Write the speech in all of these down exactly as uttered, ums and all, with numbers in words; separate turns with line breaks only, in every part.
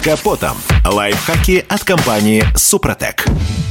капотом. Лайфхаки от компании «Супротек».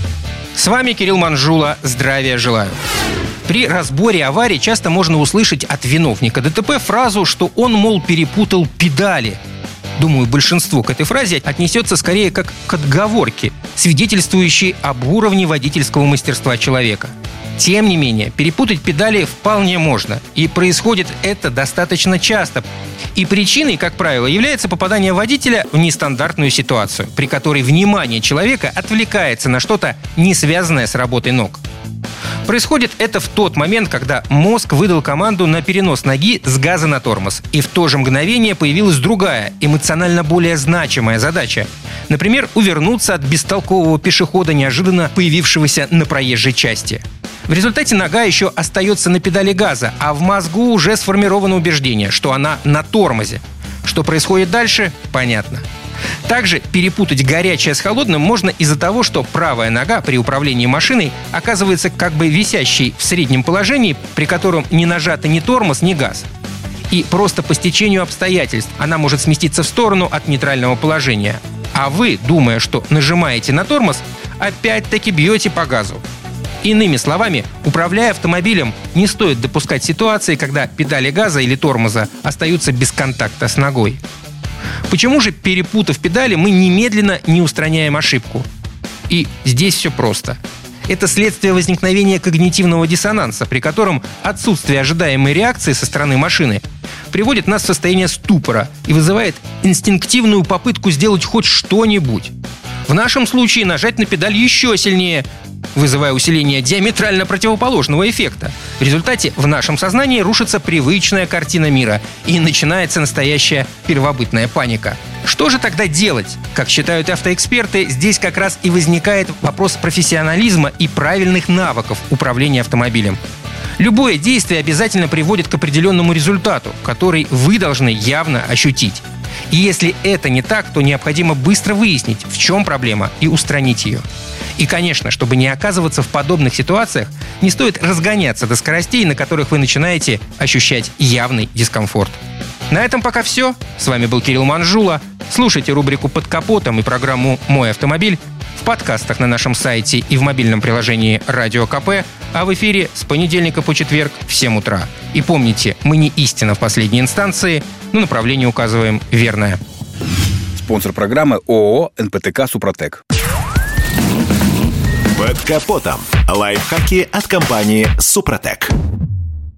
С вами Кирилл Манжула. Здравия желаю. При разборе аварий часто можно услышать от виновника ДТП фразу, что он, мол, перепутал педали. Думаю, большинство к этой фразе отнесется скорее как к отговорке, свидетельствующей об уровне водительского мастерства человека. Тем не менее, перепутать педали вполне можно, и происходит это достаточно часто. И причиной, как правило, является попадание водителя в нестандартную ситуацию, при которой внимание человека отвлекается на что-то, не связанное с работой ног. Происходит это в тот момент, когда мозг выдал команду на перенос ноги с газа на тормоз, и в то же мгновение появилась другая, эмоционально более значимая задача. Например, увернуться от бестолкового пешехода, неожиданно появившегося на проезжей части. В результате нога еще остается на педали газа, а в мозгу уже сформировано убеждение, что она на тормозе. Что происходит дальше, понятно. Также перепутать горячее с холодным можно из-за того, что правая нога при управлении машиной оказывается как бы висящей в среднем положении, при котором не нажаты ни тормоз, ни газ. И просто по стечению обстоятельств она может сместиться в сторону от нейтрального положения. А вы, думая, что нажимаете на тормоз, опять-таки бьете по газу. Иными словами, управляя автомобилем, не стоит допускать ситуации, когда педали газа или тормоза остаются без контакта с ногой. Почему же, перепутав педали, мы немедленно не устраняем ошибку? И здесь все просто. Это следствие возникновения когнитивного диссонанса, при котором отсутствие ожидаемой реакции со стороны машины приводит нас в состояние ступора и вызывает инстинктивную попытку сделать хоть что-нибудь. В нашем случае нажать на педаль еще сильнее, вызывая усиление диаметрально противоположного эффекта. В результате в нашем сознании рушится привычная картина мира, и начинается настоящая первобытная паника. Что же тогда делать? Как считают автоэксперты, здесь как раз и возникает вопрос профессионализма и правильных навыков управления автомобилем. Любое действие обязательно приводит к определенному результату, который вы должны явно ощутить. И если это не так, то необходимо быстро выяснить, в чем проблема, и устранить ее. И, конечно, чтобы не оказываться в подобных ситуациях, не стоит разгоняться до скоростей, на которых вы начинаете ощущать явный дискомфорт. На этом пока все. С вами был Кирилл Манжула. Слушайте рубрику «Под капотом» и программу «Мой автомобиль» в подкастах на нашем сайте и в мобильном приложении «Радио КП», а в эфире с понедельника по четверг в семь утра. И помните, мы не истина в последней инстанции, но направление указываем верное.
Спонсор программы ООО «эн пэ тэ ка Супротек».
Под капотом. Лайфхаки от компании «Супротек».